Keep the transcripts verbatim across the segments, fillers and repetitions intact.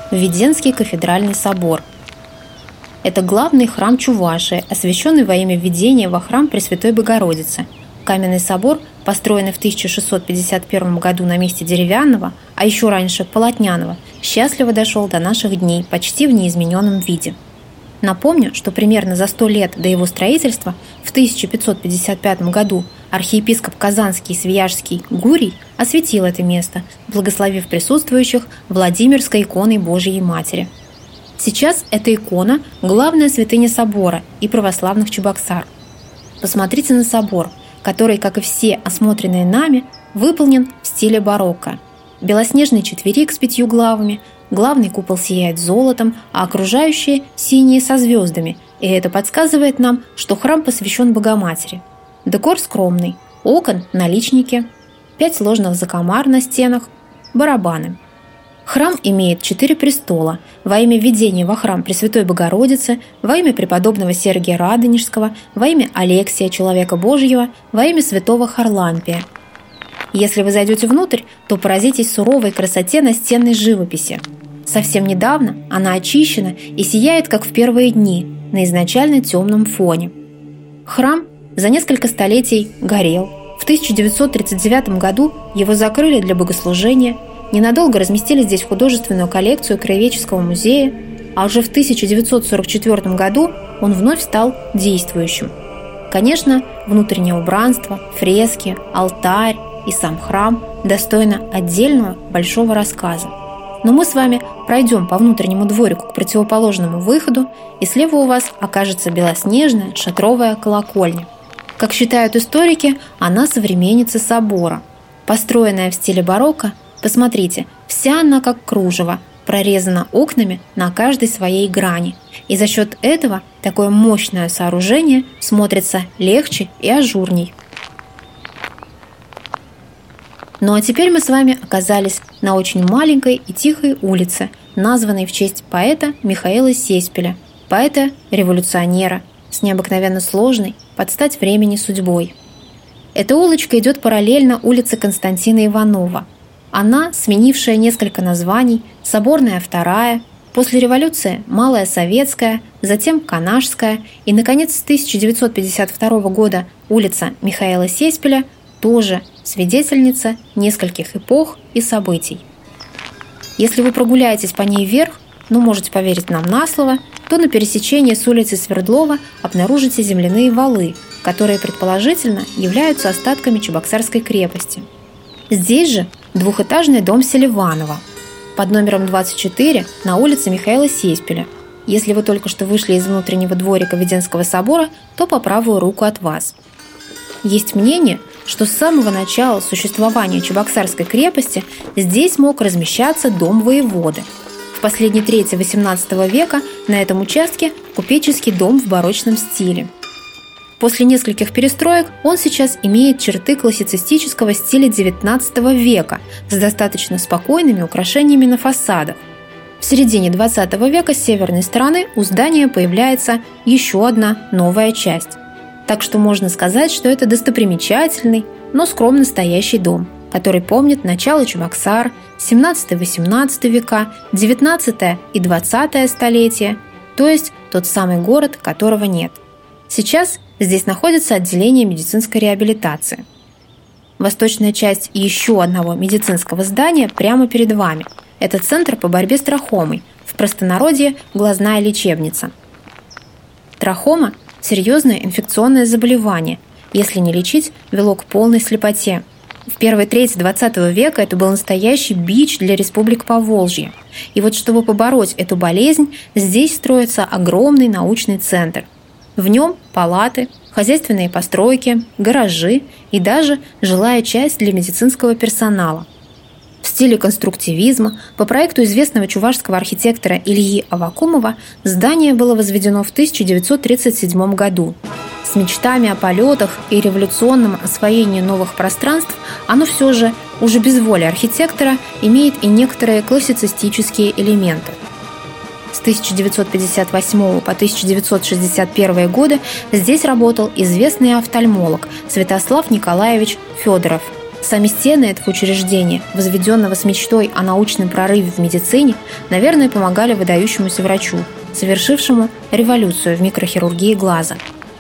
в Веденский кафедральный собор. Это главный храм Чувашии, освященный во имя введения во храм Пресвятой Богородицы. Каменный собор, построенный в тысяча шестьсот пятьдесят первом году на месте деревянного, а еще раньше полотняного, счастливо дошел до наших дней почти в неизмененном виде. Напомню, что примерно за сто лет до его строительства, в тысяча пятьсот пятьдесят пятом году, архиепископ Казанский и Свияжский Гурий осветил это место, благословив присутствующих Владимирской иконой Божией Матери. Сейчас эта икона – главная святыня собора и православных Чебоксар. Посмотрите на собор, который, как и все осмотренные нами, выполнен в стиле барокко. Белоснежный четверик с пятью главами, главный купол сияет золотом, а окружающие – синие со звездами, и это подсказывает нам, что храм посвящен Богоматери. Декор скромный, окон – наличники, пять сложных закомар на стенах, барабаны. Храм имеет четыре престола во имя введения во храм Пресвятой Богородицы, во имя преподобного Сергия Радонежского, во имя Алексия, человека Божьего, во имя святого Харлампия. Если вы зайдете внутрь, то поразитесь суровой красоте настенной живописи. Совсем недавно она очищена и сияет, как в первые дни, на изначально темном фоне. Храм за несколько столетий горел. В тысяча девятьсот тридцать девятом году его закрыли для богослужения, ненадолго разместили здесь художественную коллекцию Краеведческого музея, а уже в тысяча девятьсот сорок четвёртом году он вновь стал действующим. Конечно, внутреннее убранство, фрески, алтарь и сам храм достойны отдельного большого рассказа. Но мы с вами пройдем по внутреннему дворику к противоположному выходу, и слева у вас окажется белоснежная шатровая колокольня. Как считают историки, она современница собора. Построенная в стиле барокко, посмотрите, вся она как кружево, прорезана окнами на каждой своей грани. И за счет этого такое мощное сооружение смотрится легче и ажурней. Ну а теперь мы с вами оказались на очень маленькой и тихой улице, названной в честь поэта Михаила Сеспеля, поэта-революционера, с необыкновенно сложной, под стать времени судьбой. Эта улочка идет параллельно улице Константина Иванова. Она, сменившая несколько названий, Соборная вторая, после революции Малая Советская, затем Канашская и, наконец, с тысяча девятьсот пятьдесят второго года улица Михаила Сеспеля, тоже свидетельница нескольких эпох и событий. Если вы прогуляетесь по ней вверх, ну, можете поверить нам на слово, то на пересечении с улицей Свердлова обнаружите земляные валы, которые, предположительно, являются остатками Чебоксарской крепости. Здесь же двухэтажный дом Селиванова под номером двадцать четыре на улице Михаила Сеспеля. Если вы только что вышли из внутреннего дворика Веденского собора, то по правую руку от вас. Есть мнение, что с самого начала существования Чебоксарской крепости здесь мог размещаться дом воеводы. В последней трети восемнадцатого века на этом участке купеческий дом в барочном стиле. После нескольких перестроек он сейчас имеет черты классицистического стиля девятнадцатого века с достаточно спокойными украшениями на фасадах. В середине двадцатого века с северной стороны у здания появляется еще одна новая часть. Так что можно сказать, что это достопримечательный, но скромно стоящий дом, который помнит начало Чебоксар, семнадцатый-восемнадцатый века, девятнадцатое и двадцатое столетие, то есть тот самый город, которого нет. Сейчас здесь находится отделение медицинской реабилитации. Восточная часть еще одного медицинского здания прямо перед вами. Это центр по борьбе с трахомой, в простонародье глазная лечебница. Трахома – серьезное инфекционное заболевание. Если не лечить, вело к полной слепоте. В первой трети двадцатого века это был настоящий бич для республик Поволжья. И вот чтобы побороть эту болезнь, здесь строится огромный научный центр. В нем палаты, хозяйственные постройки, гаражи и даже жилая часть для медицинского персонала. В стиле конструктивизма по проекту известного чувашского архитектора Ильи Аввакумова здание было возведено в тысяча девятьсот тридцать седьмом году. С мечтами о полетах и революционном освоении новых пространств оно все же, уже без воли архитектора, имеет и некоторые классицистические элементы. С тысяча девятьсот пятьдесят восьмого по тысяча девятьсот шестьдесят первые годы здесь работал известный офтальмолог Святослав Николаевич Федоров. Сами стены этого учреждения, возведенного с мечтой о научном прорыве в медицине, наверное, помогали выдающемуся врачу, совершившему революцию в микрохирургии глаза.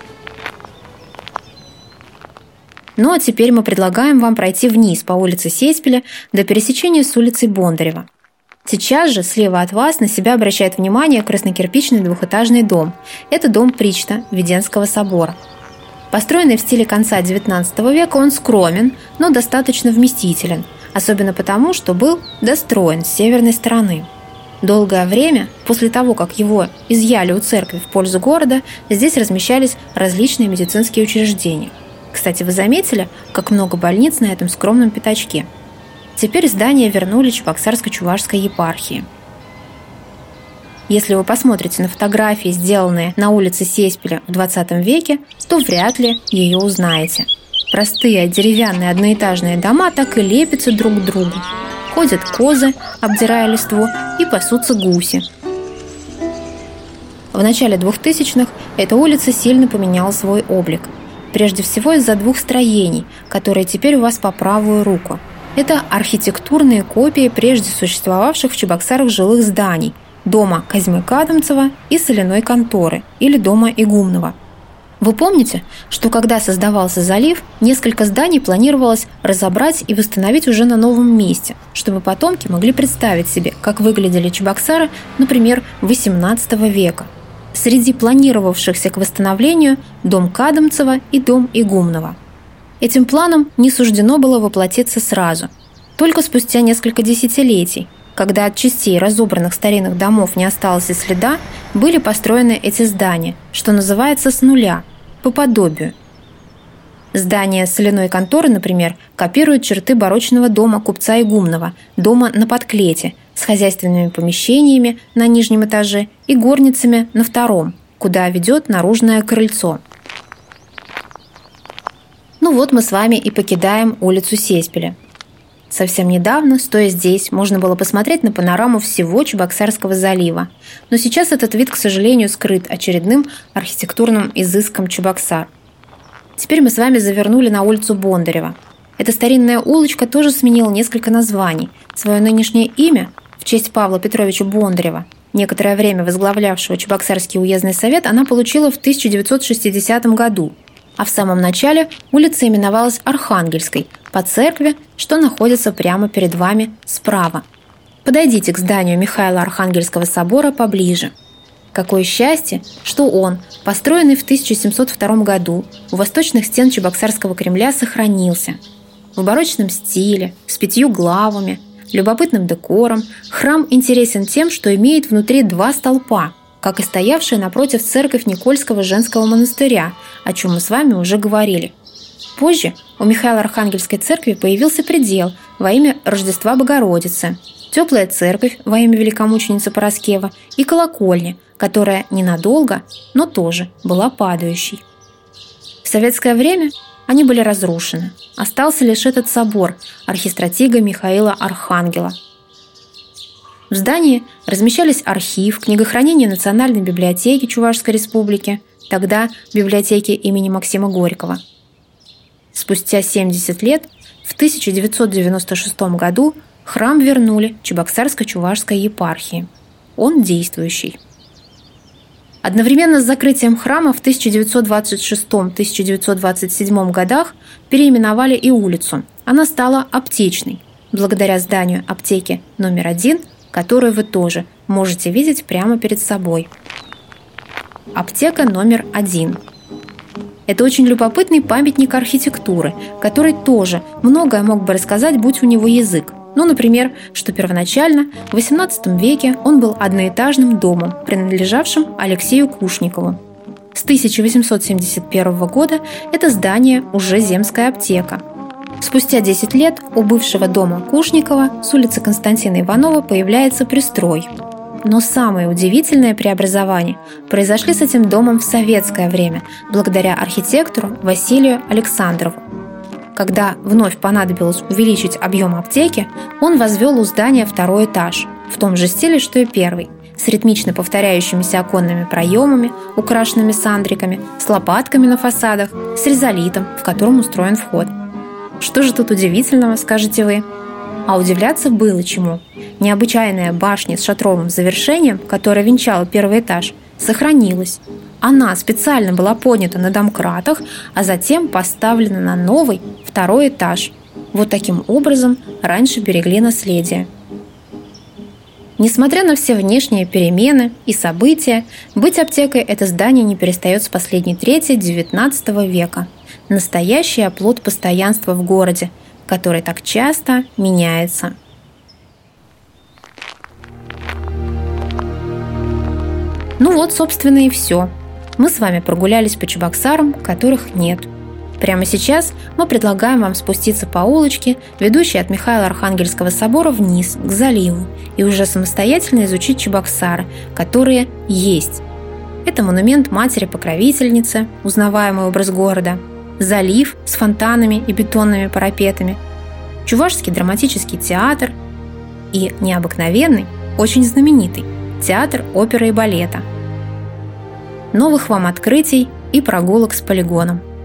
Ну а теперь мы предлагаем вам пройти вниз по улице Сейспеля до пересечения с улицей Бондарева. Сейчас же слева от вас на себя обращает внимание краснокирпичный двухэтажный дом. Это дом Причта Введенского собора. Построенный в стиле конца девятнадцатого века, он скромен, но достаточно вместителен, особенно потому, что был достроен с северной стороны. Долгое время, после того, как его изъяли у церкви в пользу города, здесь размещались различные медицинские учреждения. Кстати, вы заметили, как много больниц на этом скромном пятачке? Теперь здание вернули Чебоксарско-Чувашской епархии. Если вы посмотрите на фотографии, сделанные на улице Сейспеля в двадцатом веке, то вряд ли ее узнаете. Простые деревянные одноэтажные дома так и лепятся друг к другу. Ходят козы, обдирая листву, и пасутся гуси. В начале двухтысячных эта улица сильно поменяла свой облик. Прежде всего из-за двух строений, которые теперь у вас по правую руку. Это архитектурные копии прежде существовавших в Чебоксарах жилых зданий – дома Козьмы Кадамцева и соляной конторы, или дома Игумнова. Вы помните, что когда создавался залив, несколько зданий планировалось разобрать и восстановить уже на новом месте, чтобы потомки могли представить себе, как выглядели Чебоксары, например, восемнадцатого века. Среди планировавшихся к восстановлению дом Кадамцева и дом Игумнова. Этим планам не суждено было воплотиться сразу. Только спустя несколько десятилетий, когда от частей разобранных старинных домов не осталось и следа, были построены эти здания, что называется с нуля, по подобию. Здание соляной конторы, например, копирует черты барочного дома купца Игумнова, дома на Подклете, с хозяйственными помещениями на нижнем этаже и горницами на втором, куда ведет наружное крыльцо. Ну вот мы с вами и покидаем улицу Сейспеля. Совсем недавно, стоя здесь, можно было посмотреть на панораму всего Чебоксарского залива. Но сейчас этот вид, к сожалению, скрыт очередным архитектурным изыском Чебоксар. Теперь мы с вами завернули на улицу Бондарева. Эта старинная улочка тоже сменила несколько названий. Свое нынешнее имя в честь Павла Петровича Бондарева, некоторое время возглавлявшего Чебоксарский уездный совет, она получила в тысяча девятьсот шестидесятом году. А в самом начале улица именовалась Архангельской, по церкви, что находится прямо перед вами справа. Подойдите к зданию Михаила Архангельского собора поближе. Какое счастье, что он, построенный в тысяча семьсот втором году, у восточных стен Чебоксарского Кремля сохранился. В барочном стиле, с пятью главами, любопытным декором, храм интересен тем, что имеет внутри два столпа, как и стоявшая напротив церковь Никольского женского монастыря, о чем мы с вами уже говорили. Позже у Михаила Архангельской церкви появился предел во имя Рождества Богородицы, теплая церковь во имя великомученицы Параскева и колокольня, которая ненадолго, но тоже была падающей. В советское время они были разрушены. Остался лишь этот собор архистратига Михаила Архангела. В здании размещались архив, книгохранение Национальной библиотеки Чувашской республики, тогда библиотеки имени Максима Горького. Спустя семьдесят лет, в тысяча девятьсот девяносто шестом году, храм вернули Чебоксарско-Чувашской епархии. Он действующий. Одновременно с закрытием храма в тысяча девятьсот двадцать шестом — тысяча девятьсот двадцать седьмом годах переименовали и улицу. Она стала Аптечной, благодаря зданию аптеки номер один, которую вы тоже можете видеть прямо перед собой. Аптека номер один. Это очень любопытный памятник архитектуры, который тоже многое мог бы рассказать, будь у него язык. Ну, например, что первоначально в восемнадцатом веке он был одноэтажным домом, принадлежавшим Алексею Кушникову. С тысяча восемьсот семьдесят первого года это здание уже земская аптека. Спустя десять лет у бывшего дома Кушникова с улицы Константина Иванова появляется пристрой. Но самые удивительные преобразования произошли с этим домом в советское время, благодаря архитектору Василию Александрову. Когда вновь понадобилось увеличить объем аптеки, он возвел у здания второй этаж, в том же стиле, что и первый, с ритмично повторяющимися оконными проемами, украшенными сандриками, с лопатками на фасадах, с ризолитом, в котором устроен вход. Что же тут удивительного, скажете вы? А удивляться было чему. Необычайная башня с шатровым завершением, которая венчала первый этаж, сохранилась. Она специально была поднята на домкратах, а затем поставлена на новый, второй этаж. Вот таким образом раньше берегли наследие. Несмотря на все внешние перемены и события, быть аптекой это здание не перестает с последней трети девятнадцатого века. Настоящий оплот постоянства в городе, который так часто меняется. Ну вот, собственно, и все. Мы с вами прогулялись по Чебоксарам, которых нет. Прямо сейчас мы предлагаем вам спуститься по улочке, ведущей от Михаило-Архангельского собора вниз, к заливу, и уже самостоятельно изучить Чебоксары, которые есть. Это монумент матери-покровительницы, узнаваемый образ города, залив с фонтанами и бетонными парапетами, Чувашский драматический театр и необыкновенный, очень знаменитый театр оперы и балета. Новых вам открытий и прогулок с полигоном.